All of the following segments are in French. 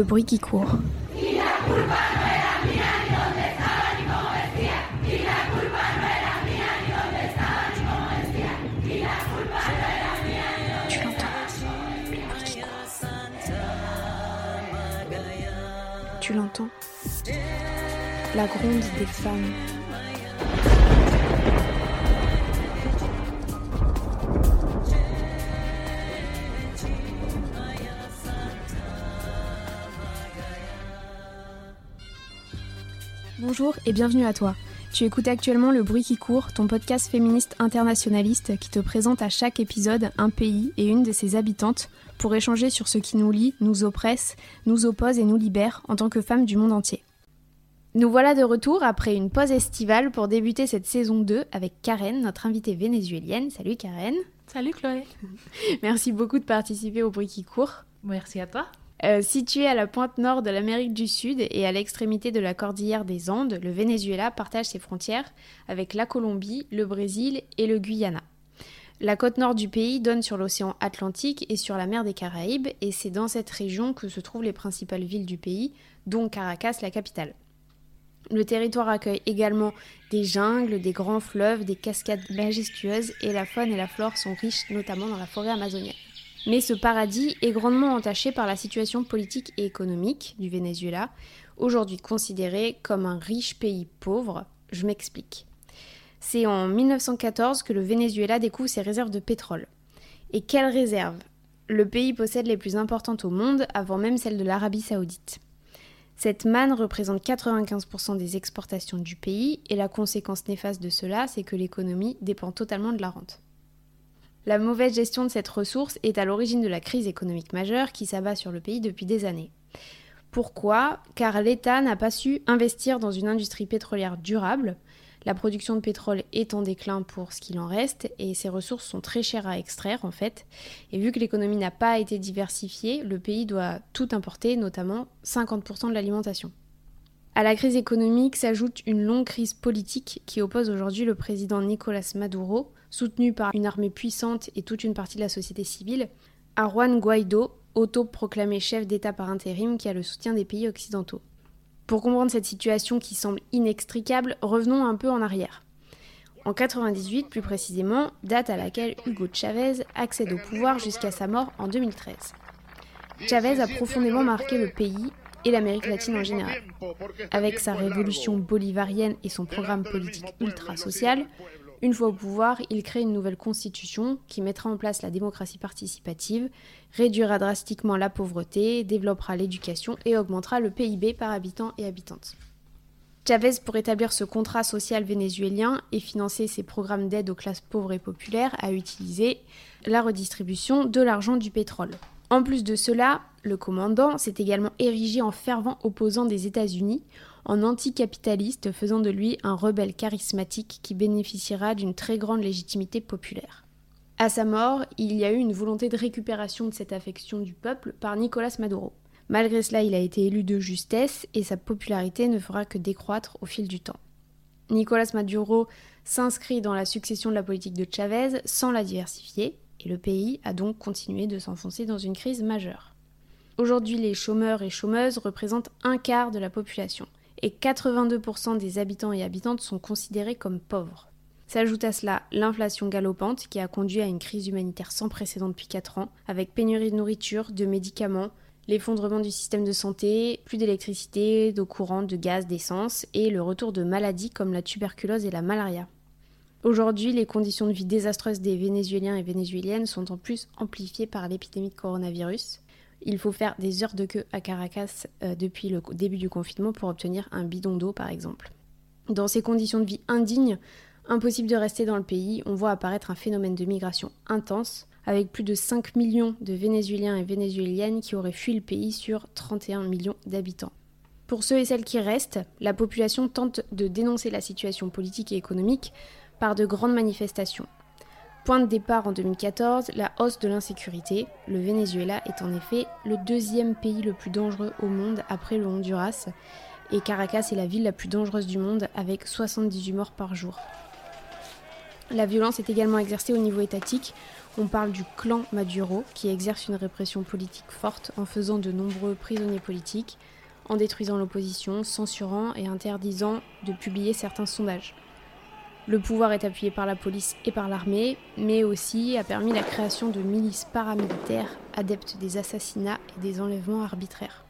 bruit qui court. Tu l'entends, le bruit qui court. Tu l'entends, la gronde des femmes. Bonjour et bienvenue à toi. Tu écoutes actuellement Le Bruit qui court, ton podcast féministe internationaliste qui te présente à chaque épisode un pays et une de ses habitantes pour échanger sur ce qui nous lie, nous oppresse, nous oppose et nous libère en tant que femmes du monde entier. Nous voilà de retour après une pause estivale pour débuter cette saison 2 avec Karen, notre invitée vénézuélienne. Salut Karen. Salut Chloé. Merci beaucoup de participer au Bruit qui court. Merci à toi. Situé à la pointe nord de l'Amérique du Sud et à l'extrémité de la cordillère des Andes, le Venezuela partage ses frontières avec la Colombie, le Brésil et le Guyana. La côte nord du pays donne sur l'océan Atlantique et sur la mer des Caraïbes, et c'est dans cette région que se trouvent les principales villes du pays, dont Caracas, la capitale. Le territoire accueille également des jungles, des grands fleuves, des cascades majestueuses, et la faune et la flore sont riches, notamment dans la forêt amazonienne. Mais ce paradis est grandement entaché par la situation politique et économique du Venezuela, aujourd'hui considéré comme un riche pays pauvre. Je m'explique. C'est en 1914 que le Venezuela découvre ses réserves de pétrole. Et quelles réserves ? Le pays possède les plus importantes au monde, avant même celles de l'Arabie Saoudite. Cette manne représente 95% des exportations du pays, et la conséquence néfaste de cela, c'est que l'économie dépend totalement de la rente. La mauvaise gestion de cette ressource est à l'origine de la crise économique majeure qui s'abat sur le pays depuis des années. Pourquoi ? Car l'État n'a pas su investir dans une industrie pétrolière durable. La production de pétrole est en déclin pour ce qu'il en reste et ces ressources sont très chères à extraire en fait. Et vu que l'économie n'a pas été diversifiée, le pays doit tout importer, notamment 50% de l'alimentation. À la crise économique s'ajoute une longue crise politique qui oppose aujourd'hui le président Nicolás Maduro, soutenu par une armée puissante et toute une partie de la société civile, à Juan Guaidó, autoproclamé chef d'État par intérim qui a le soutien des pays occidentaux. Pour comprendre cette situation qui semble inextricable, revenons un peu en arrière. En 1998, plus précisément, date à laquelle Hugo Chávez accède au pouvoir jusqu'à sa mort en 2013. Chávez a profondément marqué le pays et l'Amérique latine en général. Avec sa révolution bolivarienne et son programme politique ultra-social, une fois au pouvoir, il crée une nouvelle constitution qui mettra en place la démocratie participative, réduira drastiquement la pauvreté, développera l'éducation et augmentera le PIB par habitant et habitante. Chávez, pour établir ce contrat social vénézuélien et financer ses programmes d'aide aux classes pauvres et populaires, a utilisé la redistribution de l'argent du pétrole. En plus de cela, le commandant s'est également érigé en fervent opposant des États-Unis, en anticapitaliste, faisant de lui un rebelle charismatique qui bénéficiera d'une très grande légitimité populaire. À sa mort, il y a eu une volonté de récupération de cette affection du peuple par Nicolás Maduro. Malgré cela, il a été élu de justesse et sa popularité ne fera que décroître au fil du temps. Nicolás Maduro s'inscrit dans la succession de la politique de Chávez sans la diversifier, et le pays a donc continué de s'enfoncer dans une crise majeure. Aujourd'hui, les chômeurs et chômeuses représentent un quart de la population, et 82% des habitants et habitantes sont considérés comme pauvres. S'ajoute à cela l'inflation galopante qui a conduit à une crise humanitaire sans précédent depuis 4 ans, avec pénurie de nourriture, de médicaments, l'effondrement du système de santé, plus d'électricité, d'eau courante, de gaz, d'essence, et le retour de maladies comme la tuberculose et la malaria. Aujourd'hui, les conditions de vie désastreuses des Vénézuéliens et Vénézuéliennes sont en plus amplifiées par l'épidémie de coronavirus. Il faut faire des heures de queue à Caracas depuis le début du confinement pour obtenir un bidon d'eau par exemple. Dans ces conditions de vie indignes, impossible de rester dans le pays, on voit apparaître un phénomène de migration intense, avec plus de 5 millions de Vénézuéliens et Vénézuéliennes qui auraient fui le pays sur 31 millions d'habitants. Pour ceux et celles qui restent, la population tente de dénoncer la situation politique et économique par de grandes manifestations. Point de départ en 2014, la hausse de l'insécurité. Le Venezuela est en effet le 2e pays le plus dangereux au monde après le Honduras, et Caracas est la ville la plus dangereuse du monde avec 78 morts par jour. La violence est également exercée au niveau étatique. On parle du clan Maduro, qui exerce une répression politique forte en faisant de nombreux prisonniers politiques, en détruisant l'opposition, censurant et interdisant de publier certains sondages. Le pouvoir est appuyé par la police et par l'armée, mais aussi a permis la création de milices paramilitaires adeptes des assassinats et des enlèvements arbitraires.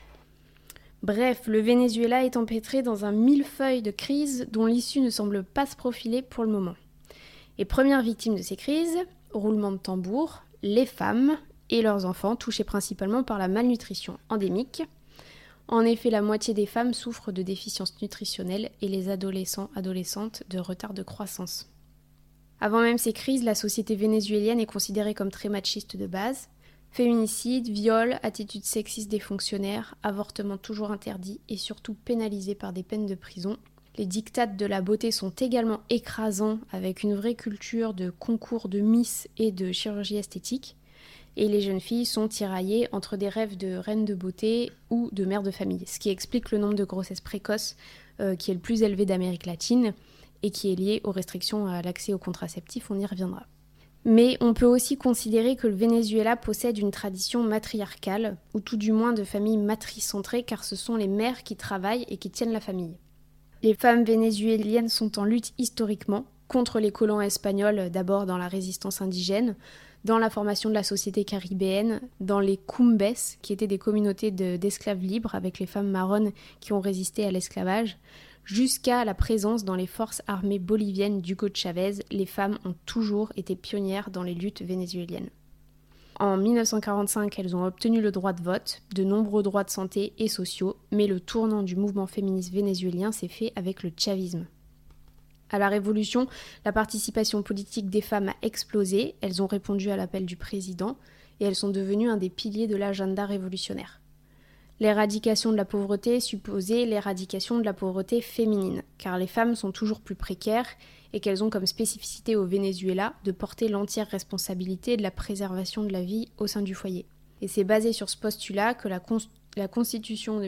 Bref, le Venezuela est empêtré dans un millefeuille de crises dont l'issue ne semble pas se profiler pour le moment. Les premières victimes de ces crises, roulement de tambour, les femmes et leurs enfants touchés principalement par la malnutrition endémique. En effet, la moitié des femmes souffrent de déficiences nutritionnelles et les adolescents/adolescentes de retard de croissance. Avant même ces crises, la société vénézuélienne est considérée comme très machiste de base. Féminicide, viol, attitudes sexistes des fonctionnaires, avortement toujours interdit et surtout pénalisé par des peines de prison. Les diktats de la beauté sont également écrasants avec une vraie culture de concours de Miss et de chirurgie esthétique. Et les jeunes filles sont tiraillées entre des rêves de reines de beauté ou de mères de famille, ce qui explique le nombre de grossesses précoces qui est le plus élevé d'Amérique latine et qui est lié aux restrictions à l'accès aux contraceptifs, on y reviendra. Mais on peut aussi considérer que le Venezuela possède une tradition matriarcale, ou tout du moins de famille matricentrée, car ce sont les mères qui travaillent et qui tiennent la famille. Les femmes vénézuéliennes sont en lutte historiquement, contre les colons espagnols, d'abord dans la résistance indigène, dans la formation de la société caribéenne, dans les cumbes, qui étaient des communautés d'esclaves libres avec les femmes marronnes qui ont résisté à l'esclavage, jusqu'à la présence dans les forces armées boliviennes d'Hugo Chavez, les femmes ont toujours été pionnières dans les luttes vénézuéliennes. En 1945, elles ont obtenu le droit de vote, de nombreux droits de santé et sociaux, mais le tournant du mouvement féministe vénézuélien s'est fait avec le chavisme. À la Révolution, la participation politique des femmes a explosé, elles ont répondu à l'appel du président et elles sont devenues un des piliers de l'agenda révolutionnaire. L'éradication de la pauvreté supposait l'éradication de la pauvreté féminine, car les femmes sont toujours plus précaires et qu'elles ont comme spécificité au Venezuela de porter l'entière responsabilité de la préservation de la vie au sein du foyer. Et c'est basé sur ce postulat que la Constitution de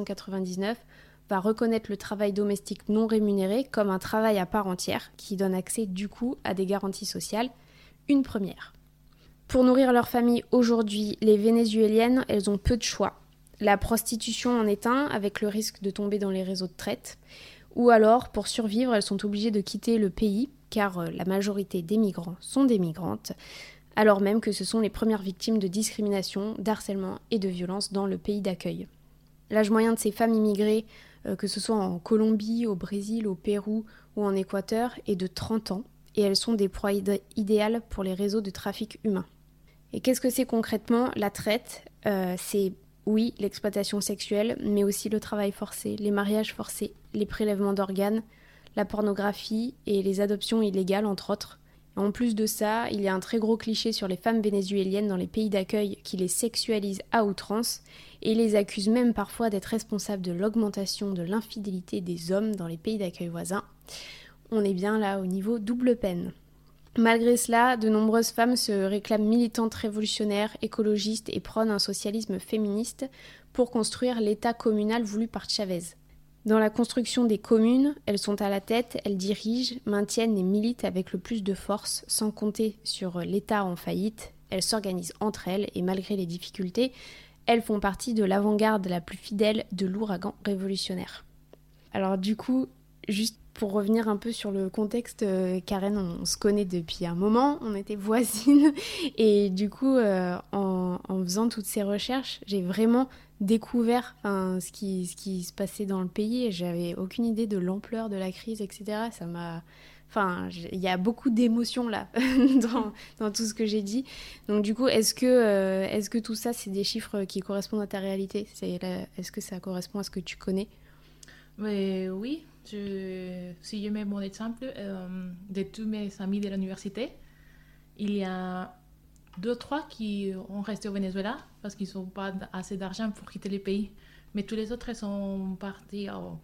1999 va reconnaître le travail domestique non rémunéré comme un travail à part entière, qui donne accès du coup à des garanties sociales, une première. Pour nourrir leur famille aujourd'hui, les Vénézuéliennes, elles ont peu de choix. La prostitution en est un, avec le risque de tomber dans les réseaux de traite, ou alors, pour survivre, elles sont obligées de quitter le pays, car la majorité des migrants sont des migrantes, alors même que ce sont les premières victimes de discrimination, d'harcèlement et de violence dans le pays d'accueil. L'âge moyen de ces femmes immigrées, que ce soit en Colombie, au Brésil, au Pérou ou en Équateur, est de 30 ans, et elles sont des proies idéales pour les réseaux de trafic humain. Et qu'est-ce que c'est concrètement la traite ? C'est, oui, l'exploitation sexuelle, mais aussi le travail forcé, les mariages forcés, les prélèvements d'organes, la pornographie et les adoptions illégales, entre autres. En plus de ça, il y a un très gros cliché sur les femmes vénézuéliennes dans les pays d'accueil qui les sexualisent à outrance et les accusent même parfois d'être responsables de l'augmentation de l'infidélité des hommes dans les pays d'accueil voisins. On est bien là au niveau double peine. Malgré cela, de nombreuses femmes se réclament militantes révolutionnaires, écologistes et prônent un socialisme féministe pour construire l'État communal voulu par Chavez. Dans la construction des communes, elles sont à la tête, elles dirigent, maintiennent et militent avec le plus de force, sans compter sur l'État en faillite. Elles s'organisent entre elles et malgré les difficultés, elles font partie de l'avant-garde la plus fidèle de l'ouragan révolutionnaire. Alors du coup, juste pour revenir un peu sur le contexte, Karen, on se connaît depuis un moment, on était voisines et du coup, en faisant toutes ces recherches, j'ai vraiment découvert ce qui se passait dans le pays et j'avais aucune idée de l'ampleur de la crise, etc. Ça m'a... il y a beaucoup d'émotions là dans tout ce que j'ai dit. Donc du coup, est-ce que tout ça, c'est des chiffres qui correspondent à ta réalité ? Est-ce que ça correspond à ce que tu connais ? Mais oui, si je mets mon exemple de tous mes amis de l'université, il y a 2-3 qui ont resté au Venezuela parce qu'ils n'ont pas assez d'argent pour quitter le pays. Mais tous les autres sont partis en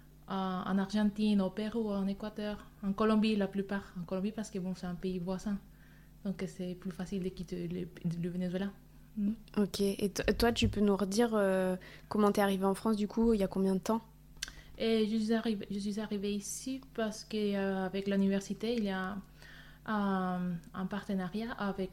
Argentine, au Pérou, en Équateur, en Colombie la plupart. En Colombie parce que bon, c'est un pays voisin. Donc c'est plus facile de quitter le Venezuela. Ok, et toi tu peux nous redire comment t'es arrivée en France du coup, il y a combien de temps ? Et je suis arrivée ici parce qu'avec l'université, il y a en partenariat avec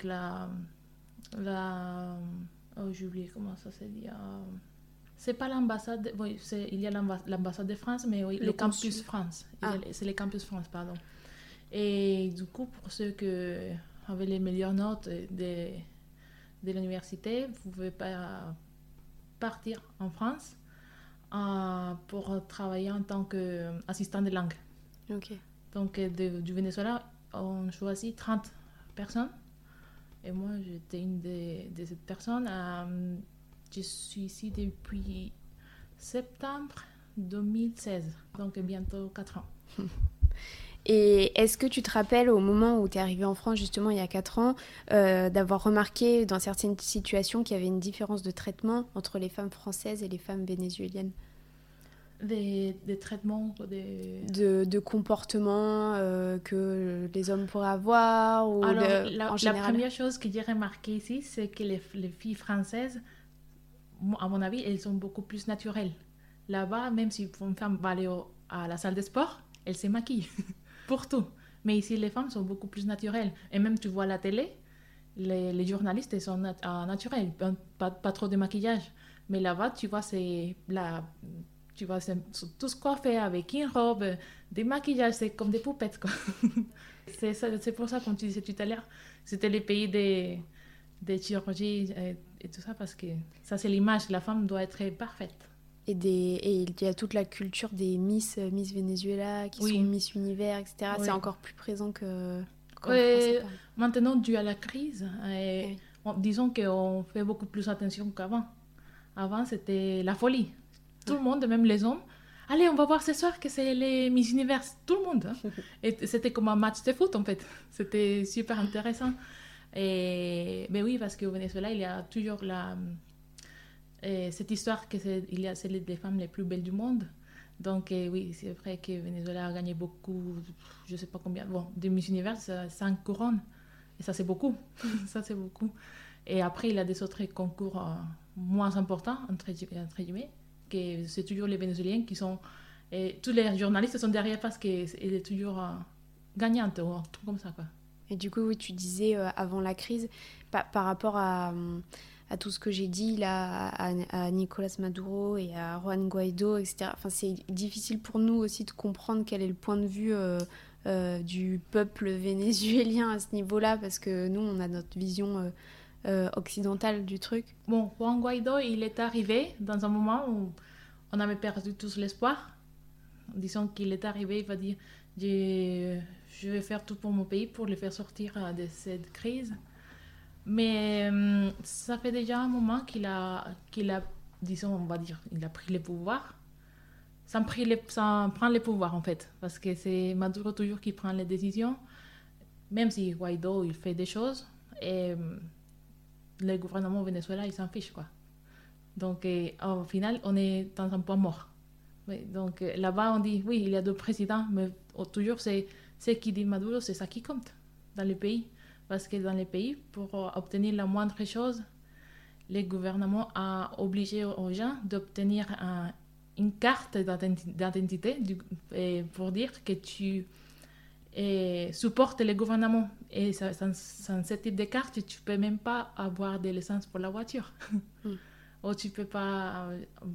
oh, j'ai oublié comment ça se dit. C'est pas l'ambassade, oui, il y a l'ambassade de France, mais oui, le campus France. C'est les campus France, pardon. Et du coup, pour ceux qui avaient les meilleures notes de l'université, vous pouvez pas partir en France pour travailler en tant qu'assistant de langue. Ok. Donc, du Venezuela, on choisit 30 personnes. Et moi, j'étais une de ces personnes. Je suis ici depuis septembre 2016, donc bientôt 4 ans. Et est-ce que tu te rappelles au moment où tu es arrivée en France, justement il y a 4 ans, d'avoir remarqué dans certaines situations qu'il y avait une différence de traitement entre les femmes françaises et les femmes vénézuéliennes? Des traitements, de comportement que les hommes pourraient avoir ou Alors, en la général? première chose que j'ai remarqué ici, c'est que les filles françaises, à mon avis, elles sont beaucoup plus naturelles. Là-bas, même si une femme va aller à la salle de sport, elle se maquille pour tout. Mais ici, les femmes sont beaucoup plus naturelles. Et même, tu vois à la télé, les journalistes, ils sont naturels, pas trop de maquillage. Mais là-bas, tu vois, c'est tous coiffés avec une robe, des maquillages, c'est comme des poupettes, quoi. C'est pour ça, comme tu disais tout à l'heure, c'était les pays des chirurgies et tout ça, parce que ça, c'est l'image. La femme doit être parfaite. Et il y a toute la culture des Miss Venezuela qui sont Miss Univers, etc. Oui. C'est encore plus présent qu'en France. Maintenant, dû à la crise, disons qu'on fait beaucoup plus attention qu'avant. Avant, c'était la folie. Tout le monde, même les hommes. Allez, on va voir ce soir que c'est les Miss Univers. Tout le monde. Hein. Et c'était comme un match de foot, en fait. C'était super intéressant. Mais oui, parce qu'au Venezuela, il y a toujours cette histoire que c'est les femmes les plus belles du monde. Donc oui, c'est vrai que Venezuela a gagné beaucoup, je ne sais pas combien, bon, des Miss Univers, 5 couronnes. Et ça, c'est beaucoup. Ça, c'est beaucoup. Et après, il y a des autres concours moins importants, entre guillemets, que c'est toujours les Vénézuéliens qui sont... Et tous les journalistes sont derrière parce qu'elle est toujours gagnante ou un truc comme ça, quoi. Et du coup, oui, tu disais avant la crise, par rapport à tout ce que j'ai dit là, à Nicolás Maduro et à Juan Guaidó, etc. Enfin, c'est difficile pour nous aussi de comprendre quel est le point de vue du peuple vénézuélien à ce niveau-là, parce que nous, on a notre vision occidentale du truc. Bon, Juan Guaidó, il est arrivé dans un moment où on avait perdu tous l'espoir. Disons qu'il est arrivé, il va dire, je vais faire tout pour mon pays pour le faire sortir de cette crise. Mais ça fait déjà un moment qu'il a, disons, on va dire, il a pris le pouvoir. Sans prendre le pouvoir, en fait. Parce que c'est Maduro toujours qui prend les décisions. Même si Guaidó, il fait des choses. Et le gouvernement au Venezuela, il s'en fiche, quoi. Donc, au final, on est dans un point mort. Oui, donc, là-bas, on dit, oui, il y a 2 présidents, mais toujours, c'est ce qui dit Maduro, c'est ça qui compte dans le pays. Parce que dans les pays, pour obtenir la moindre chose, le gouvernement a obligé aux gens d'obtenir une carte d'identité pour dire que tu supportes le gouvernement. Et sans ce type de carte, tu ne peux même pas avoir de l'essence pour la voiture. Ou tu ne peux pas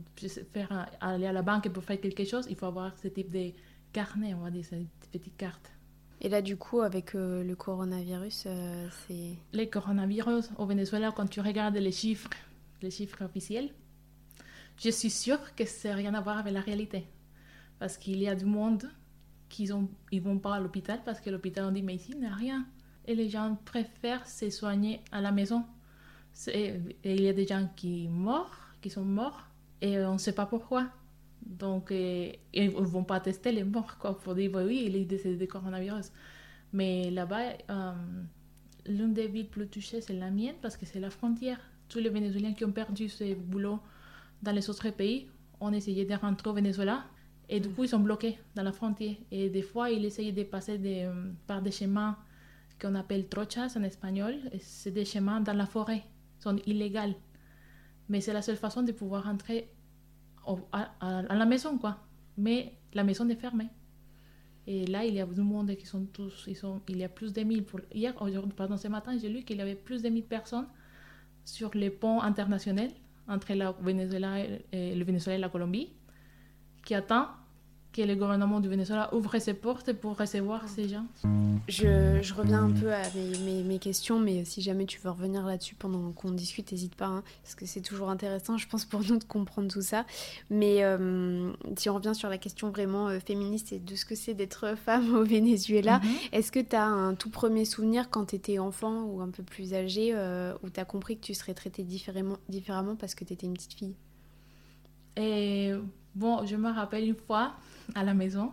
aller à la banque pour faire quelque chose. Il faut avoir ce type de carnet, on va dire, cette petite carte. Et là, du coup, avec le coronavirus, c'est... Le coronavirus au Venezuela, quand tu regardes les chiffres officiels, je suis sûre que ça n'a rien à voir avec la réalité. Parce qu'il y a du monde qui ils vont pas à l'hôpital parce que l'hôpital, on dit, mais ici, il n'y a rien. Et les gens préfèrent se soigner à la maison. Et il y a des gens qui sont morts, et on ne sait pas pourquoi. Donc, ils ne vont pas tester les morts, quoi, pour dire, oui, il est décédé de coronavirus. Mais là-bas, l'une des villes plus touchées, c'est la mienne, parce que c'est la frontière. Tous les Vénézuéliens qui ont perdu ce boulot dans les autres pays ont essayé de rentrer au Venezuela, et du coup, ils sont bloqués dans la frontière. Et des fois, ils essayent de passer par des chemins qu'on appelle trochas en espagnol. Et c'est des chemins dans la forêt, ils sont illégaux. Mais c'est la seule façon de pouvoir rentrer à la maison, quoi. Mais la maison est fermée. Et là, il y a du monde qui sont tous, il y a plus de 1000. Pardon, ce matin, j'ai lu qu'il y avait plus de 1000 personnes sur les ponts internationaux entre le Venezuela et la Colombie, qui attendent que le gouvernement du Venezuela ouvre ses portes pour recevoir ces gens. Je reviens un peu à mes questions, mais si jamais tu veux revenir là-dessus pendant qu'on discute, n'hésite pas, hein, parce que c'est toujours intéressant, je pense, pour nous de comprendre tout ça. Mais si on revient sur la question vraiment féministe et de ce que c'est d'être femme au Venezuela, est-ce que tu as un tout premier souvenir quand tu étais enfant ou un peu plus âgée, où tu as compris que tu serais traitée différemment parce que tu étais une petite fille? Et bon, je me rappelle une fois à la maison,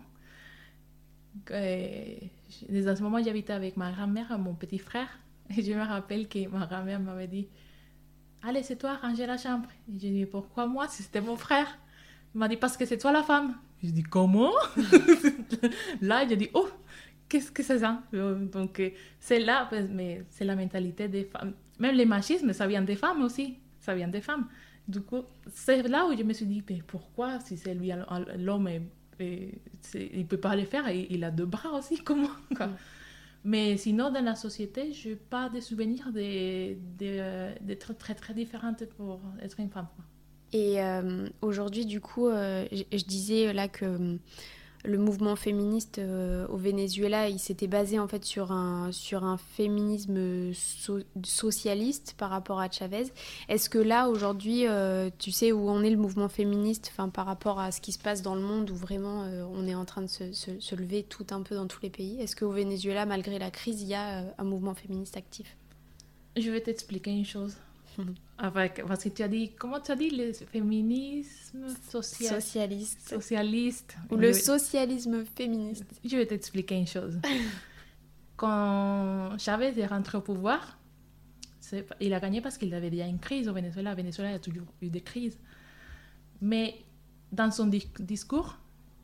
dans ce moment j'habitais avec ma grand-mère et mon petit frère, et je me rappelle que ma grand-mère m'avait dit allez, c'est toi, ranger la chambre. Et j'ai dit pourquoi moi, si c'était mon frère? Il m'a dit parce que c'est toi la femme. J'ai dit comment? Là j'ai dit oh, qu'est-ce que c'est ça? Donc c'est là, mais c'est la mentalité des femmes, même les machismes, ça vient des femmes aussi, ça vient des femmes. Du coup, c'est là où je me suis dit, mais pourquoi, si c'est lui, l'homme, il ne peut pas le faire, et il a 2 bras aussi, comment quoi. Mais sinon, dans la société, je n'ai pas de souvenirs d'être très, très différente pour être une femme. Et aujourd'hui, du coup, je disais là que le mouvement féministe au Venezuela, il s'était basé en fait sur un féminisme socialiste par rapport à Chavez. Est-ce que là, aujourd'hui, tu sais où en est le mouvement féministe, par rapport à ce qui se passe dans le monde, où vraiment on est en train de se lever tout un peu dans tous les pays? Est-ce qu'au Venezuela, malgré la crise, il y a un mouvement féministe actif? Je vais t'expliquer une chose. Parce que tu as dit, comment tu as dit, le féminisme socialiste. Ou le socialisme féministe. Je vais t'expliquer une chose. Quand Chavez est rentré au pouvoir, il a gagné parce qu'il avait déjà une crise au Venezuela. Au Venezuela, il y a toujours eu des crises. Mais dans son discours,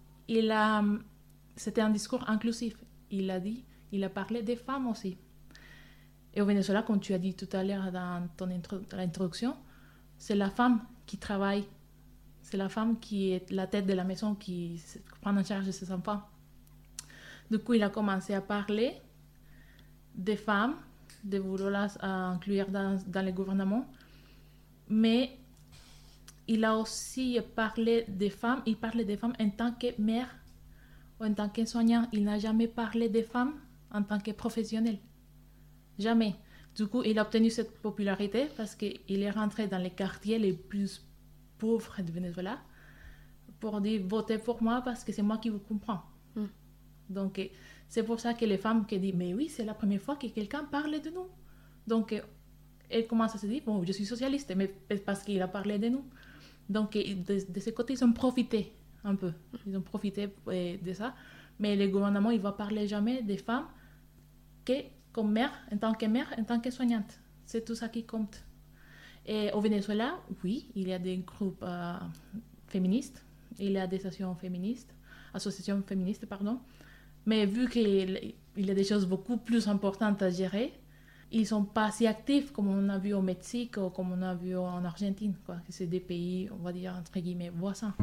c'était un discours inclusif. Il a parlé des femmes aussi. Et au Venezuela, comme tu as dit tout à l'heure dans ton introduction, c'est la femme qui travaille. C'est la femme qui est la tête de la maison, qui prend en charge ses enfants. Du coup, il a commencé à parler des femmes, de vouloir inclure dans le gouvernement. Mais il a aussi parlé des femmes. Il parlait des femmes en tant que mère ou en tant que soignant. Il n'a jamais parlé des femmes en tant que professionnelle. Jamais. Du coup, il a obtenu cette popularité parce qu'il est rentré dans les quartiers les plus pauvres du Venezuela pour dire votez pour moi parce que c'est moi qui vous comprends. Donc, c'est pour ça que les femmes qui disent mais oui, c'est la première fois que quelqu'un parle de nous. Donc, elles commencent à se dire bon, je suis socialiste, mais parce qu'il a parlé de nous. Donc, de ce côté, ils ont profité un peu. Ils ont profité de ça. Mais le gouvernement, il ne va parler jamais des femmes comme mère, en tant que soignante. C'est tout ça qui compte. Et au Venezuela, oui, il y a des groupes féministes, il y a des associations féministes, mais vu qu'il y a des choses beaucoup plus importantes à gérer, ils ne sont pas si actifs comme on a vu au Mexique ou comme on a vu en Argentine, quoi. C'est des pays, on va dire, entre guillemets, voisins.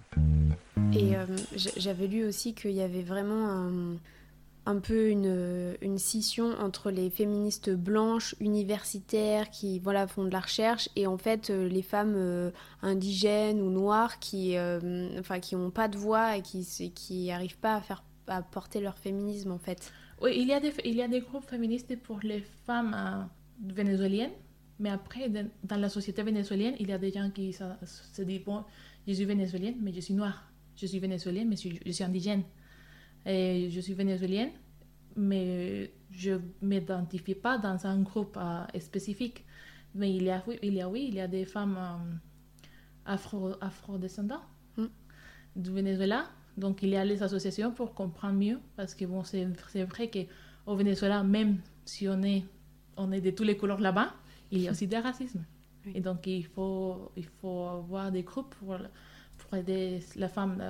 Et j'avais lu aussi qu'il y avait vraiment un peu une scission entre les féministes blanches, universitaires, qui font de la recherche, et en fait les femmes indigènes ou noires qui n'ont pas de voix et qui n'arrivent pas à porter leur féminisme en fait. Oui, il y a des groupes féministes pour les femmes vénézuéliennes, mais après, dans la société vénézuélienne, il y a des gens qui se disent bon, je suis vénézuélienne, mais je suis noire. Je suis vénézuélienne, mais je suis indigène. Et je suis vénézuélienne, mais je ne m'identifie pas dans un groupe spécifique. Mais il y a des femmes afro-descendantes du Venezuela. Donc il y a les associations pour comprendre mieux, parce que bon, c'est vrai qu'au Venezuela, même si on est de toutes les couleurs là-bas, il y a aussi du racisme. Oui. Et donc il faut avoir des groupes pour aider les femmes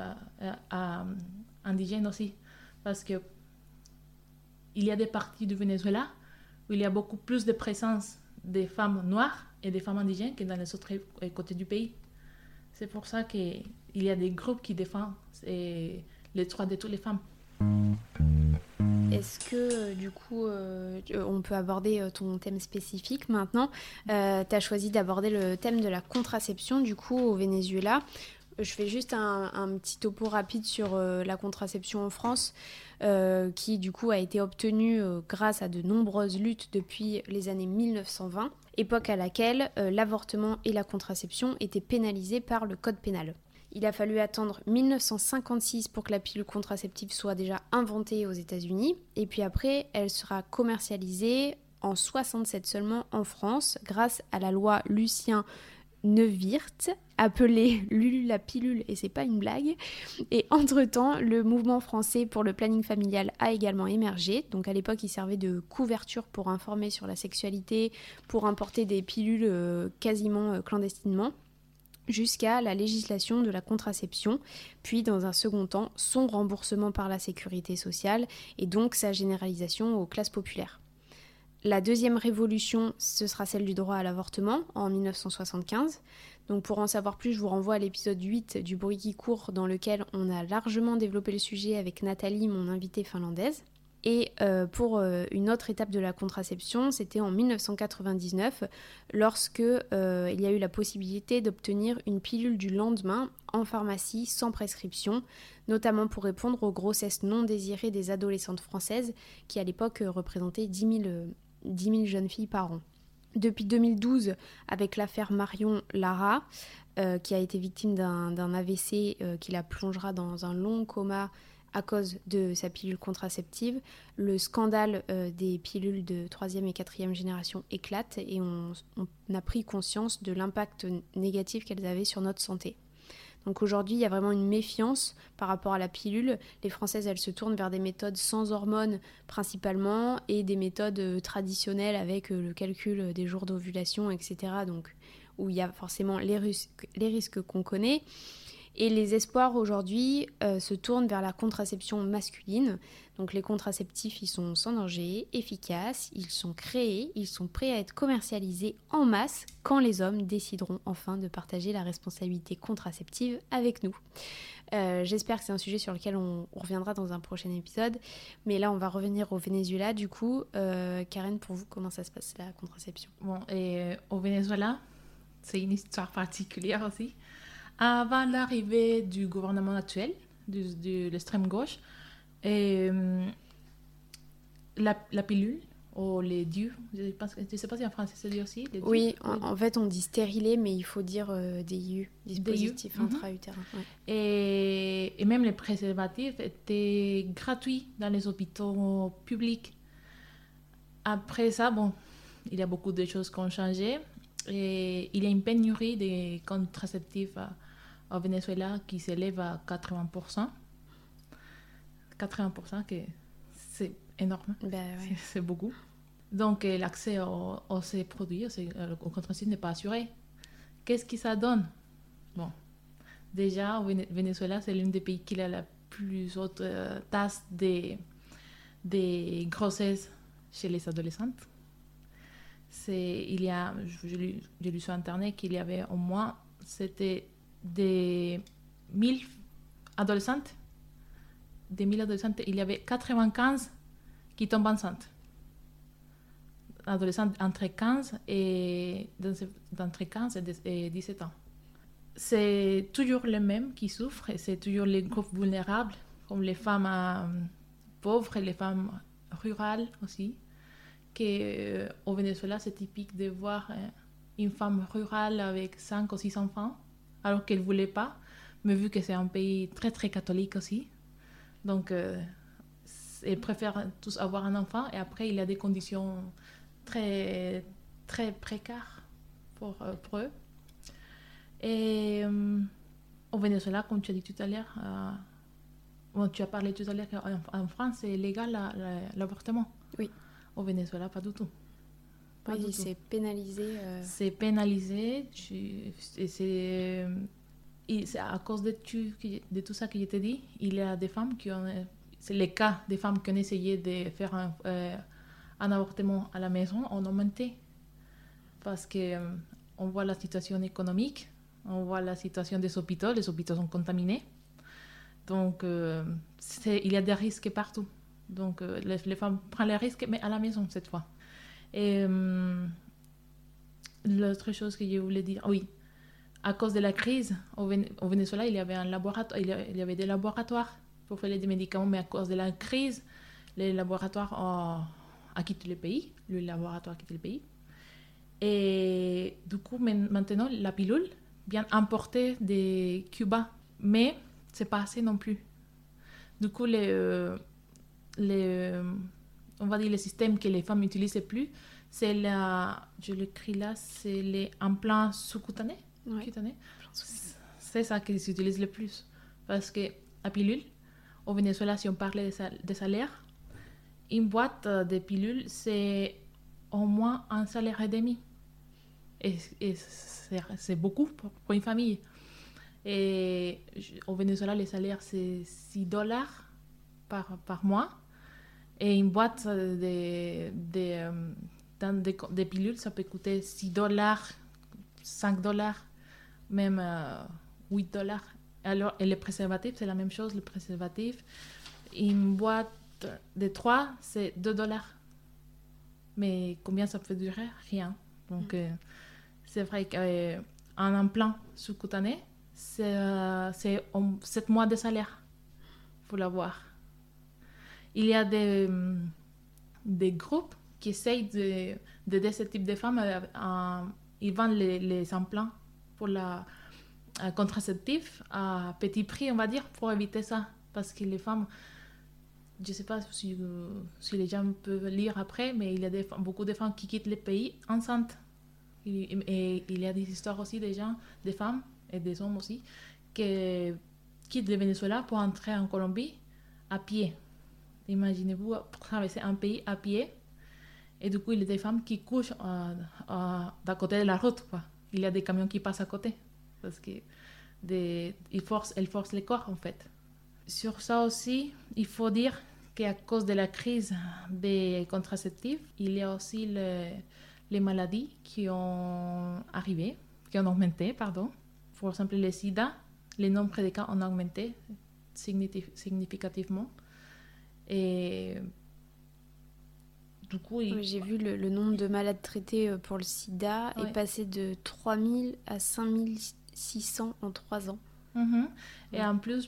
indigènes aussi. Parce que il y a des parties du Venezuela où il y a beaucoup plus de présence des femmes noires et des femmes indigènes que dans les autres côtés du pays. C'est pour ça qu'il y a des groupes qui défendent les droits de toutes les femmes. Est-ce que du coup, on peut aborder ton thème spécifique maintenant? Tu as choisi d'aborder le thème de la contraception du coup au Venezuela. Je fais juste un petit topo rapide sur la contraception en France, qui du coup a été obtenue grâce à de nombreuses luttes depuis les années 1920, époque à laquelle l'avortement et la contraception étaient pénalisés par le code pénal. Il a fallu attendre 1956 pour que la pilule contraceptive soit déjà inventée aux États-Unis, et puis après, elle sera commercialisée en 67 seulement en France, grâce à la loi Lucien Neuwirth, appelée Lulu la pilule, et c'est pas une blague. Et entre-temps, le mouvement français pour le planning familial a également émergé. Donc à l'époque, il servait de couverture pour informer sur la sexualité, pour importer des pilules quasiment clandestinement, jusqu'à la législation de la contraception, puis dans un second temps, son remboursement par la sécurité sociale et donc sa généralisation aux classes populaires. La deuxième révolution, ce sera celle du droit à l'avortement en 1975. Donc pour en savoir plus, je vous renvoie à l'épisode 8 du Bruit qui court, dans lequel on a largement développé le sujet avec Nathalie, mon invitée finlandaise. Et pour une autre étape de la contraception, c'était en 1999, lorsque il y a eu la possibilité d'obtenir une pilule du lendemain en pharmacie sans prescription, notamment pour répondre aux grossesses non désirées des adolescentes françaises, qui à l'époque représentaient 10 000 jeunes filles par an. Depuis 2012, avec l'affaire Marion Lara, qui a été victime d'un AVC qui la plongera dans un long coma à cause de sa pilule contraceptive, le scandale des pilules de 3e et 4e génération éclate et on a pris conscience de l'impact négatif qu'elles avaient sur notre santé. Donc aujourd'hui, il y a vraiment une méfiance par rapport à la pilule. Les Françaises, elles se tournent vers des méthodes sans hormones principalement et des méthodes traditionnelles avec le calcul des jours d'ovulation, etc. Donc où il y a forcément les risques qu'on connaît. Et les espoirs aujourd'hui se tournent vers la contraception masculine. Donc les contraceptifs, ils sont sans danger, efficaces, ils sont créés, ils sont prêts à être commercialisés en masse quand les hommes décideront enfin de partager la responsabilité contraceptive avec nous. J'espère que c'est un sujet sur lequel on reviendra dans un prochain épisode. Mais là, on va revenir au Venezuela. Du coup, Karen, pour vous, comment ça se passe la contraception? Bon, et au Venezuela, c'est une histoire particulière aussi. Avant l'arrivée du gouvernement actuel, de l'extrême gauche, la pilule, ou les DIU, je ne sais pas si en français c'est dit aussi. Les DIU, oui, en fait on dit stérilet, mais il faut dire DIU, dispositif intra-utérin. Ouais. Et même les préservatifs étaient gratuits dans les hôpitaux publics. Après ça, bon, il y a beaucoup de choses qui ont changé. Et il y a une pénurie de contraceptifs au Venezuela qui s'élève à 80%. 80%, c'est énorme. Ben ouais. C'est beaucoup. Donc l'accès à ces produits, aux contraceptifs n'est pas assuré. Qu'est-ce que ça donne? Bon, déjà, au Venezuela, c'est l'un des pays qui a la plus haute taxe des grossesses chez les adolescentes. J'ai lu sur internet qu'il y avait au moins, c'était des 1000 adolescentes, il y avait 95 qui tombent enceintes. Adolescentes entre 15 et 17 ans. C'est toujours les mêmes qui souffrent, et c'est toujours les groupes vulnérables, comme les femmes pauvres et les femmes rurales aussi. Au Venezuela, c'est typique de voir une femme rurale avec 5 ou 6 enfants, alors qu'elle ne voulait pas, mais vu que c'est un pays très très catholique aussi, donc elle préfère tous avoir un enfant, et après il y a des conditions très très précaires pour eux. Et au Venezuela, comme tu as dit tout à l'heure, tu as parlé tout à l'heure qu'en France c'est légal l'avortement. Oui. Au Venezuela, pas du tout. Oui, c'est pénalisé. C'est pénalisé. C'est à cause de tout ça que je t'ai dit. Il y a des femmes c'est les cas des femmes qui ont essayé de faire un avortement à la maison ont augmenté. Parce qu'on voit la situation économique, on voit la situation des hôpitaux. Les hôpitaux sont contaminés. Donc, il y a des risques partout. Donc, les femmes prennent les risques, mais à la maison cette fois. Et l'autre chose que je voulais dire, oui, à cause de la crise, au Venezuela, il y avait il y avait des laboratoires pour faire des médicaments, mais à cause de la crise, les laboratoires ont quitté le pays. Le laboratoire a quitté le pays. Et du coup, maintenant, la pilule vient importer de Cuba, mais c'est pas assez non plus. Du coup, on va dire le système que les femmes utilisent le plus, c'est je l'écris là, c'est les implants sous-cutanés. Ouais. C'est ça qu'ils utilisent le plus. Parce que la pilule, au Venezuela, si on parle de salaire, une boîte de pilules, c'est au moins un salaire et demi. Et c'est beaucoup pour une famille. Et au Venezuela, les salaires, c'est $6 par mois. Et une boîte de pilules, ça peut coûter $6, $5, même $8. Alors, et les préservatifs, c'est la même chose, les préservatifs. Une boîte de 3, c'est $2. Mais combien ça peut durer? Rien. Donc, c'est vrai qu'un implant sous-cutané, c'est 7 mois de salaire pour l'avoir. Il y a des groupes qui essayent d'aider ce type de femmes. Ils vendent les implants pour la contraceptif à petit prix, on va dire, pour éviter ça. Parce que les femmes, je ne sais pas si les gens peuvent lire après, mais il y a beaucoup de femmes qui quittent le pays enceintes. Et il y a des histoires aussi des femmes et des hommes aussi, qui quittent le Venezuela pour entrer en Colombie à pied. Imaginez-vous traverser un pays à pied. Et du coup, il y a des femmes qui couchent d'à côté de la route, quoi. Il y a des camions qui passent à côté. Parce qu'elles forcent les corps, en fait. Sur ça aussi, il faut dire qu'à cause de la crise des contraceptifs, il y a aussi les maladies qui ont augmenté, pardon. Pour exemple, le sida, le nombre de cas ont augmenté significativement. Et du coup, Oui, j'ai vu le nombre de malades traités pour le sida est passé de 3000 à 5600 en 3 ans. Mm-hmm. Et en plus,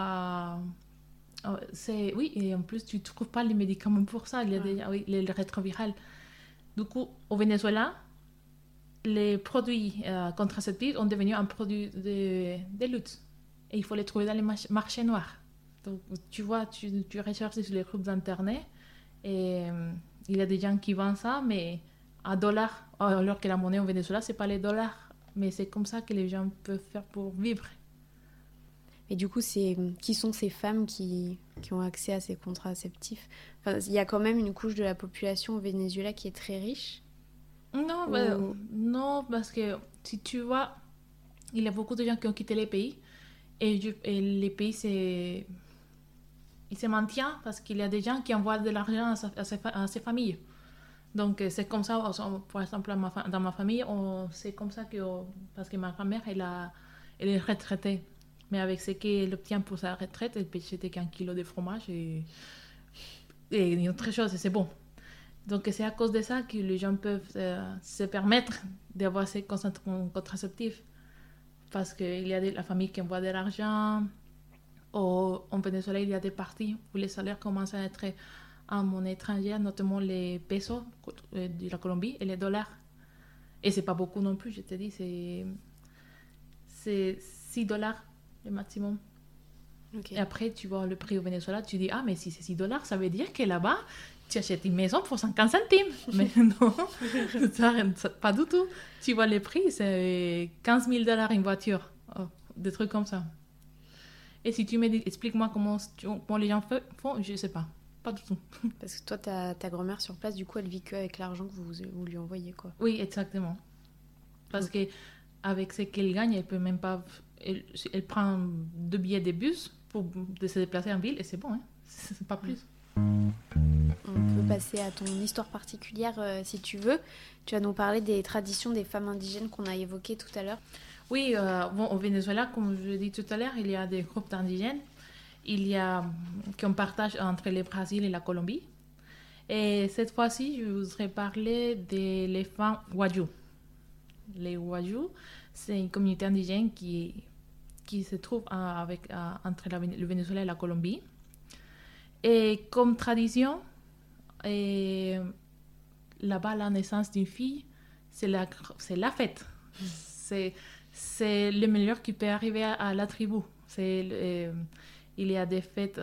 et en plus, tu ne trouves pas les médicaments pour ça. Il y a les rétrovirales. Du coup, au Venezuela, les produits contraceptifs ont devenu un produit de lutte. Et il faut les trouver dans les marchés noirs. Donc, tu vois, tu recherches sur les groupes d'internet et il y a des gens qui vendent ça, mais à dollars, alors que la monnaie au Venezuela, c'est pas les dollars, mais c'est comme ça que les gens peuvent faire pour vivre. Et du coup, qui sont ces femmes qui ont accès à ces contraceptifs? Enfin, il y a quand même une couche de la population au Venezuela qui est très riche. Non, non, parce que si tu vois, il y a beaucoup de gens qui ont quitté les pays et les pays, il se maintient parce qu'il y a des gens qui envoient de l'argent à ses familles. Donc, c'est comme ça, par exemple, dans ma famille, c'est comme ça parce que ma grand-mère, elle est retraitée. Mais avec ce qu'elle obtient pour sa retraite, elle peut acheter qu'un kilo de fromage et une autre chose, et c'est bon. Donc, c'est à cause de ça que les gens peuvent se permettre d'avoir ces contraceptifs. Parce qu'il y a la famille qui envoie de l'argent. En Venezuela, il y a des parties où les salaires commencent à être en monnaie étrangère, notamment les pesos de la Colombie et les dollars. Et c'est pas beaucoup non plus, je te dis, c'est $6 le maximum. Okay. Et après, tu vois le prix au Venezuela, tu dis, mais si c'est $6, ça veut dire que là-bas, tu achètes une maison pour 50 centimes. Mais non, ça, pas du tout. Tu vois les prix, c'est $15,000 une voiture, des trucs comme ça. Et si tu me dis, explique-moi comment les gens font, je sais pas du tout. Parce que toi, ta grand-mère sur place, du coup, elle vit qu'avec l'argent que vous lui envoyez, quoi. Oui, exactement. Parce que avec ce qu'elle gagne, elle peut même pas... Elle prend 2 billets de bus pour se déplacer en ville et c'est bon, hein. C'est pas plus. On peut passer à ton histoire particulière si tu veux. Tu vas nous parler des traditions des femmes indigènes qu'on a évoquées tout à l'heure. Oui, au Venezuela, comme je l'ai dit tout à l'heure, il y a des groupes d'indigènes il y a qu'on partage entre le Brésil et la Colombie. Et cette fois-ci, je voudrais parler des femmes Wayuu. Les Wayuu, c'est une communauté indigène qui se trouve entre le Venezuela et la Colombie. Et comme tradition, là-bas, la naissance d'une fille, c'est la fête. C'est le meilleur qui peut arriver à la tribu. Il y a des fêtes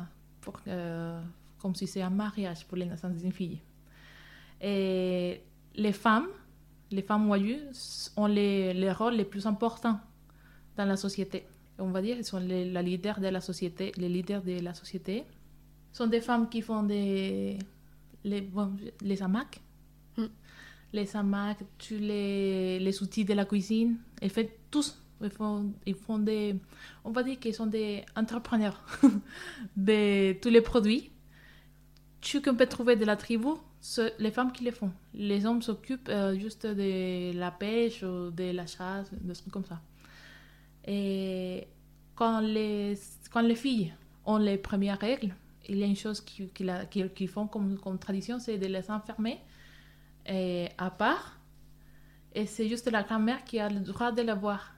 comme si c'est un mariage pour la naissance d'une fille. Et les femmes Wayuu ont les rôles les plus importants dans la société. On va dire qu'ils sont les leaders de la société. Les leaders de la société sont des femmes qui font les hamacs. Les hamacs, tous les outils de la cuisine. Ils font tous. Ils font on va dire qu'ils sont des entrepreneurs de tous les produits. Ce qu'on peut trouver de la tribu, c'est les femmes qui les font. Les hommes s'occupent juste de la pêche ou de la chasse, des trucs comme ça. Et quand les filles ont les premières règles, il y a une chose qu'ils font comme tradition, c'est de les enfermer à part. Et c'est juste la grand-mère qui a le droit de la voir.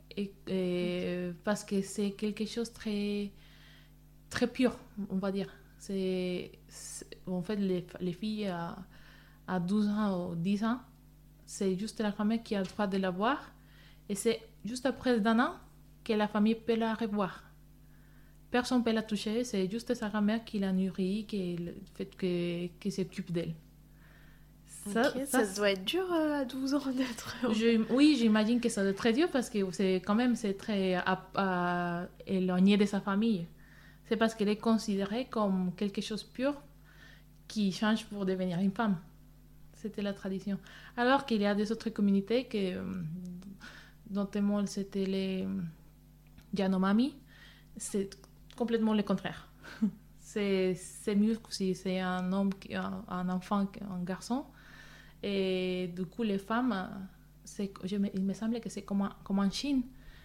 Parce que c'est quelque chose de très, très pur, on va dire. En fait, les filles à 12 ans ou 10 ans, c'est juste la grand-mère qui a le droit de la voir. Et c'est juste après d'un an que la famille peut la revoir. Personne ne peut la toucher, c'est juste sa grand-mère qui la nourrit, qui s'occupe d'elle. Ça doit être dur à 12 ans d'être... Oui, j'imagine que ça doit être très dur parce que c'est très éloigné de sa famille. C'est parce qu'elle est considérée comme quelque chose de pur qui change pour devenir une femme. C'était la tradition. Alors qu'il y a des autres communautés notamment c'était les Yanomami, c'est complètement le contraire. C'est mieux si c'est un homme, un enfant, un garçon. Et du coup, les femmes, il me semble que c'est comme en Chine,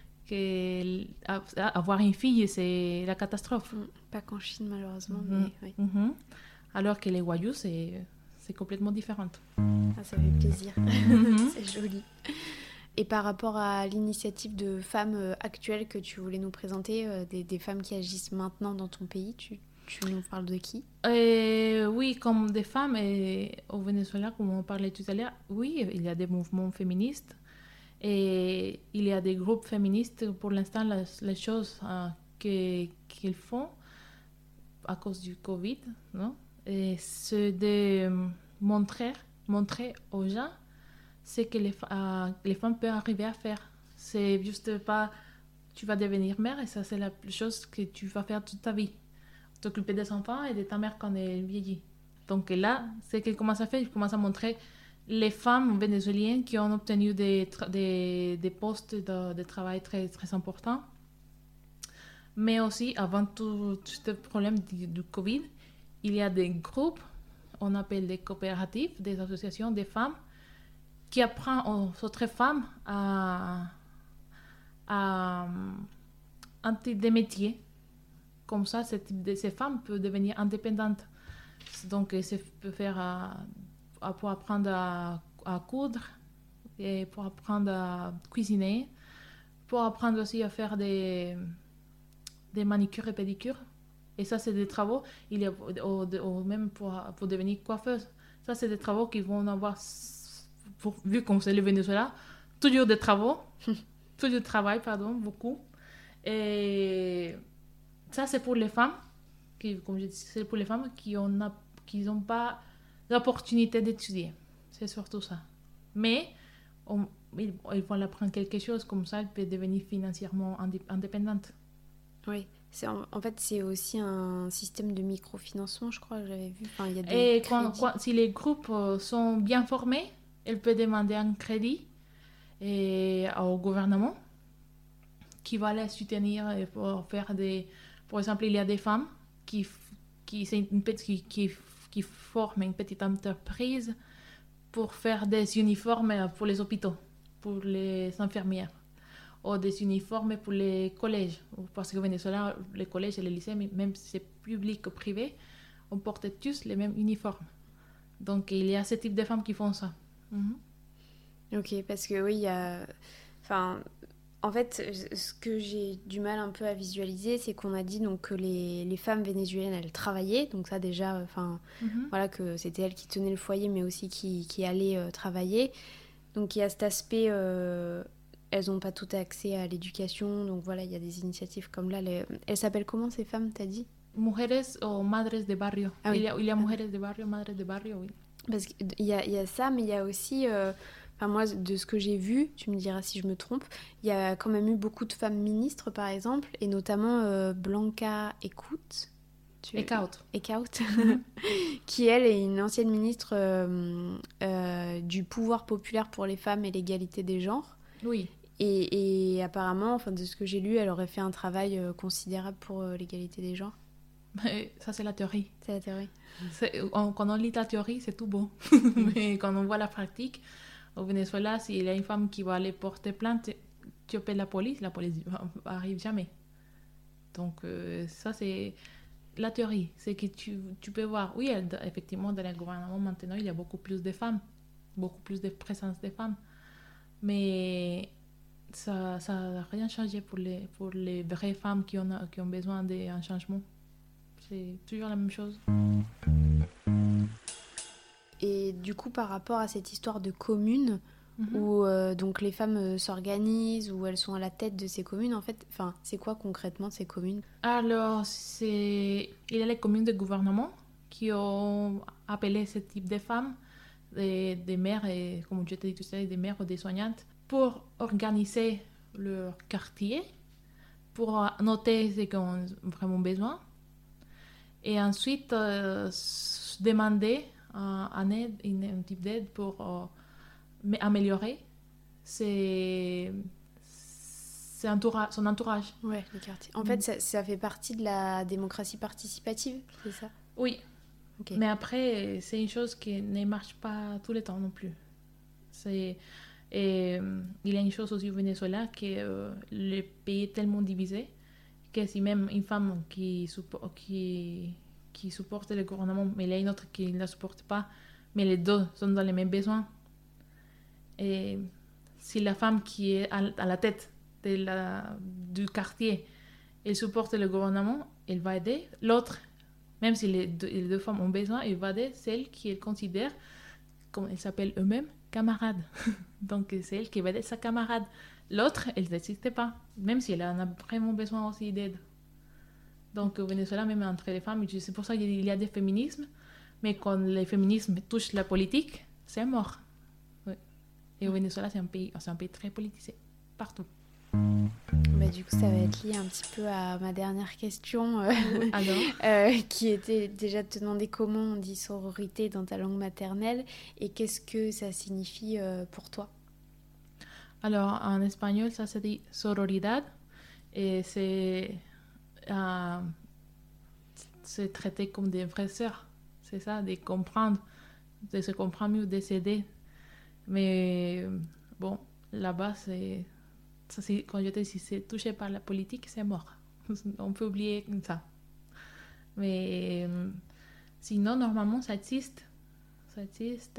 avoir une fille, c'est la catastrophe. Pas qu'en Chine, malheureusement. Mm-hmm. Mais, oui. Mm-hmm. Alors que les Wayuu, c'est complètement différent. Ça fait plaisir. Mm-hmm. C'est joli. Et par rapport à l'initiative de femmes actuelles que tu voulais nous présenter, des femmes qui agissent maintenant dans ton pays, tu nous parles de qui ? Oui, comme des femmes au Venezuela, comme on parlait tout à l'heure, oui, il y a des mouvements féministes et il y a des groupes féministes. Pour l'instant, les choses qu'ils font à cause du Covid, non? Et c'est de montrer aux gens ce que les femmes peuvent arriver à faire. C'est juste pas tu vas devenir mère et ça c'est la chose que tu vas faire toute ta vie. T'occuper des enfants et de ta mère quand elle vieillit. Donc là, c'est qu'elle commence à faire, il commence à montrer les femmes vénézuéliennes qui ont obtenu des postes de travail très, très importants. Mais aussi, avant tout ce problème du Covid, il y a des groupes, on appelle des coopératives, des associations des femmes, qui apprennent aux autres femmes à des métiers. Comme ça, ces femmes peuvent devenir indépendantes. Donc, ça peut faire pour apprendre à coudre, et pour apprendre à cuisiner, pour apprendre aussi à faire des manicures et pédicures. Et ça, c'est des travaux, il y a, même pour devenir coiffeuse. Ça, c'est des travaux qui vont avoir, vu comme c'est le Venezuela, toujours des travaux, toujours du travail, beaucoup. Et ça, c'est pour les femmes, comme je dis, c'est pour les femmes qui n'ont pas l'opportunité d'étudier. C'est surtout ça. Mais ils vont apprendre quelque chose, comme ça, elle peut devenir financièrement indépendante. Oui, en fait, c'est aussi un système de microfinancement, je crois, que j'avais vu. Enfin, il y a des et si les groupes sont bien formés, elle peut demander un crédit au gouvernement qui va les soutenir pour faire Par exemple, il y a des femmes qui forment une petite entreprise pour faire des uniformes pour les hôpitaux, pour les infirmières. ou des uniformes pour les collèges. Parce qu'au Venezuela, les collèges et les lycées, même si c'est public ou privé, on porte tous les mêmes uniformes. Donc il y a ce type de femmes qui font ça. Ok, parce que oui, il y a... Enfin, en fait, ce que j'ai du mal un peu à visualiser, c'est qu'on a dit donc, que les femmes vénézuéliennes, elles travaillaient. Donc ça déjà, voilà, que c'était elles qui tenaient le foyer, mais aussi qui allaient travailler. Donc il y a cet aspect... elles n'ont pas tout accès à l'éducation. Donc voilà, il y a des initiatives comme là. Elles s'appellent comment ces femmes, t'as dit? Mujeres o madres de barrio. Ah oui. Il y a mujeres de barrio, madres de barrio, oui. Parce qu'il y a ça, mais il y a aussi... Enfin, moi, de ce que j'ai vu, tu me diras si je me trompe, il y a quand même eu beaucoup de femmes ministres, par exemple, et notamment Blanca Ecaut. Ecaut, qui, elle, est une ancienne ministre du pouvoir populaire pour les femmes et l'égalité des genres. Oui. Et apparemment, enfin, de ce que j'ai lu, elle aurait fait un travail considérable pour l'égalité des genres. Ça, c'est la théorie. C'est la théorie. Quand on lit la théorie, c'est tout beau. Mais quand on voit la pratique, au Venezuela, s'il y a une femme qui va aller porter plainte, tu appelles la police arrive jamais. Donc, ça, c'est la théorie. C'est que tu peux voir, oui, effectivement, dans le gouvernement, maintenant, il y a beaucoup plus de femmes, beaucoup plus de présence de femmes. Mais ça n'a rien changé pour les vraies femmes qui ont besoin d'un changement. C'est toujours la même chose. Et du coup, par rapport à cette histoire de commune, où donc les femmes s'organisent, où elles sont à la tête de ces communes, en fait, c'est quoi concrètement ces communes? Alors, il y a les communes de gouvernement qui ont appelé ce type de femmes, des mères, et comme je t'ai dit tout à l'heure, des mères ou des soignantes, pour organiser leur quartier, pour noter ce qu'ils ont vraiment besoin, et ensuite demander un type d'aide pour améliorer son entourage. Ouais, le quartier. En fait, ça fait partie de la démocratie participative, c'est ça? Oui. Okay. Mais après, c'est une chose qui ne marche pas tout le temps non plus. Il y a une chose aussi au Venezuela, que le pays est tellement divisé que si même une femme qui supporte le gouvernement, mais il y a une autre qui ne la supporte pas, mais les deux sont dans les mêmes besoins. Et si la femme qui est à la tête du quartier, elle supporte le gouvernement, elle va aider l'autre. Même si les deux femmes ont besoin, elle va aider celle qu'elle considère, comme elles s'appellent eux-mêmes, camarades. Donc c'est elle qui va aider sa camarade. L'autre, elle n'existe pas, même si elle en a vraiment besoin aussi d'aide. Donc au Venezuela, même entre les femmes, c'est pour ça qu'il y a des féminismes, mais quand les féminismes touchent la politique, c'est mort. Oui. Et au Venezuela, c'est un pays très politisé, partout. Bah, du coup, ça va être lié un petit peu à ma dernière question, qui était déjà de te demander comment on dit sororité dans ta langue maternelle et qu'est-ce que ça signifie pour toi? Alors, en espagnol, ça se dit sororidad et c'est traité comme des vraies sœurs. C'est ça, de comprendre, de se comprendre mieux, de s'aider. Mais bon, là-bas, quand je te dis, si c'est touché par la politique, c'est mort. On peut oublier ça. Mais sinon, normalement, ça existe. Ça existe.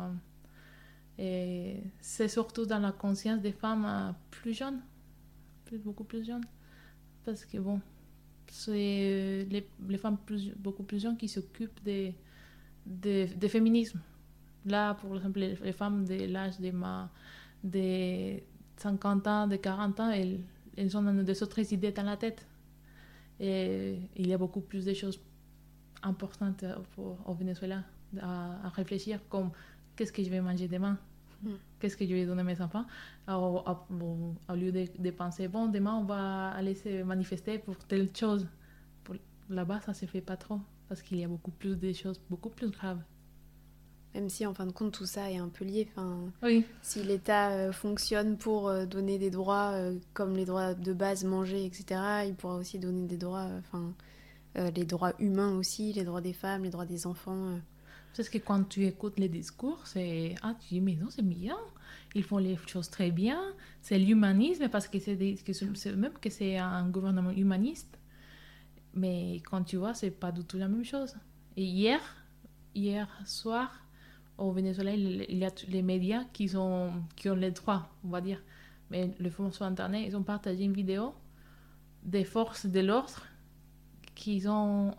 Et c'est surtout dans la conscience des femmes plus jeunes, beaucoup plus jeunes. Parce que bon, c'est les femmes beaucoup plus jeunes qui s'occupent des féminismes. Là, pour exemple, les femmes de l'âge de 50 ans, de 40 ans, elles ont des autres idées dans la tête. Et il y a beaucoup plus de choses importantes au Venezuela à réfléchir, comme qu'est-ce que je vais manger demain, qu'est-ce que je vais donner à mes enfants, au lieu de penser, bon, demain on va aller se manifester pour telle chose. Là-bas, ça ne se fait pas trop, parce qu'il y a beaucoup plus de choses, beaucoup plus graves. Même si, en fin de compte, tout ça est un peu lié. Oui. Si l'État fonctionne pour donner des droits comme les droits de base, manger, etc., il pourra aussi donner des droits, les droits humains aussi, les droits des femmes, les droits des enfants. Parce que quand tu écoutes les discours, c'est... Ah, tu dis, mais non, c'est bien. Ils font les choses très bien. C'est l'humanisme, parce que même que c'est un gouvernement humaniste. Mais quand tu vois, c'est pas du tout la même chose. Et hier soir, au Venezuela, il y a les médias qui ont les droits, on va dire. Mais le font sur Internet, ils ont partagé une vidéo des forces de l'ordre qui ont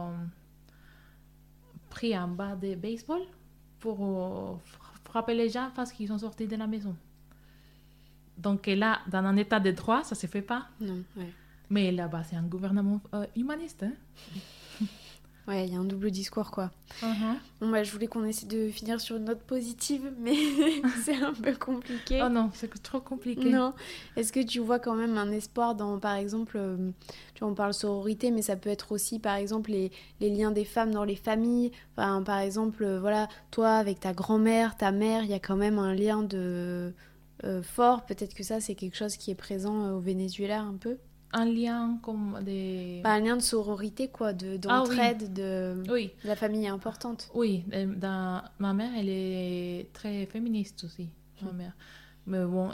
pris un bat de baseball pour frapper les gens parce qu'ils sont sortis de la maison. Donc là, dans un état de droit, ça se fait pas. Non, ouais. Mais là-bas, c'est un gouvernement humaniste. Hein. Ouais, il y a un double discours, quoi. Uh-huh. Bon, bah, je voulais qu'on essaie de finir sur une note positive, mais c'est un peu compliqué. Oh non, c'est trop compliqué. Non. Est-ce que tu vois quand même un espoir dans, par exemple, tu vois, on parle sororité, mais ça peut être aussi, par exemple, les liens des femmes dans les familles. Enfin, par exemple, voilà, toi, avec ta grand-mère, ta mère, il y a quand même un lien fort. Peut-être que ça, c'est quelque chose qui est présent au Venezuela un peu. Un lien comme des... un lien de sororité, quoi, d'entraide, oui. La famille est importante. Oui, ma mère, elle est très féministe aussi, ma mère. Mais bon,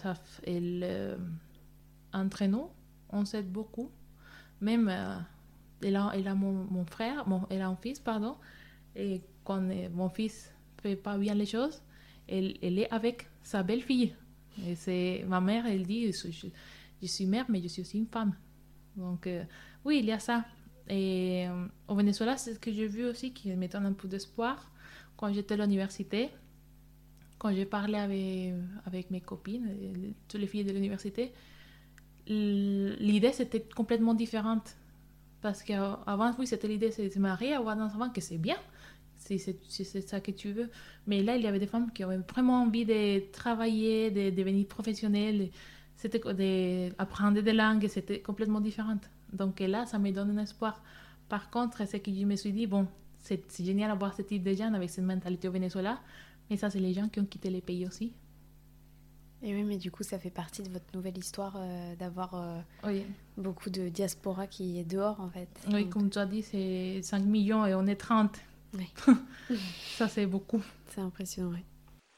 entre nous, on s'aide beaucoup. Même, elle a mon frère, elle a un fils, pardon. Et quand mon fils fait pas bien les choses, elle est avec sa belle-fille. Et ma mère, elle dit... Je suis mère, mais je suis aussi une femme. Donc, oui, il y a ça. Et au Venezuela, c'est ce que j'ai vu aussi qui me donne un peu d'espoir. Quand j'étais à l'université, quand j'ai parlé avec mes copines, toutes les filles de l'université, l'idée, c'était complètement différente. Parce qu'avant, oui, c'était l'idée de se marier, avoir un enfant, que c'est bien, si c'est ça que tu veux. Mais là, il y avait des femmes qui avaient vraiment envie de travailler, de devenir professionnelles. C'était d'apprendre des langues, c'était complètement différent. Donc là, ça me donne un espoir. Par contre, c'est que je me suis dit, bon, c'est génial d'avoir ce type de gens avec cette mentalité au Venezuela, mais ça, c'est les gens qui ont quitté les pays aussi. Et oui, mais du coup, ça fait partie de votre nouvelle histoire d'avoir beaucoup de diaspora qui est dehors, en fait. Oui, donc... comme tu as dit, c'est 5 millions et on est 30. Oui. Ça, c'est beaucoup. C'est impressionnant, oui.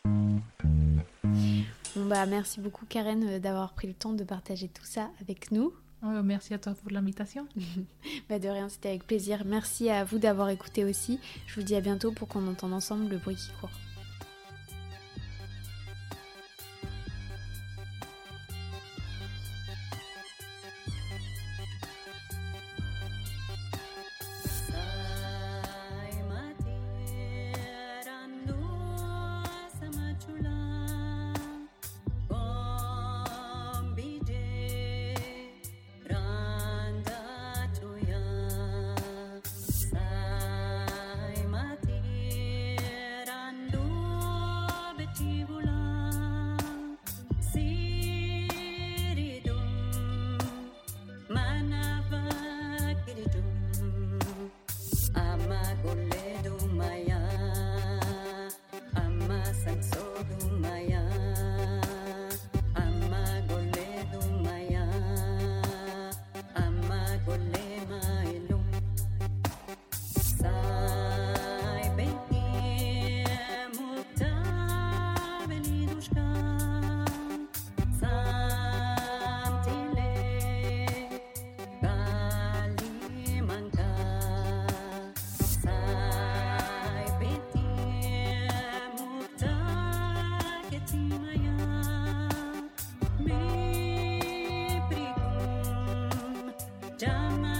Bon, bah, merci beaucoup, Karen, d'avoir pris le temps de partager tout ça avec nous. Merci à toi pour l'invitation. De rien, c'était avec plaisir. Merci à vous d'avoir écouté aussi. Je vous dis à bientôt pour qu'on entende ensemble le bruit qui court. Jam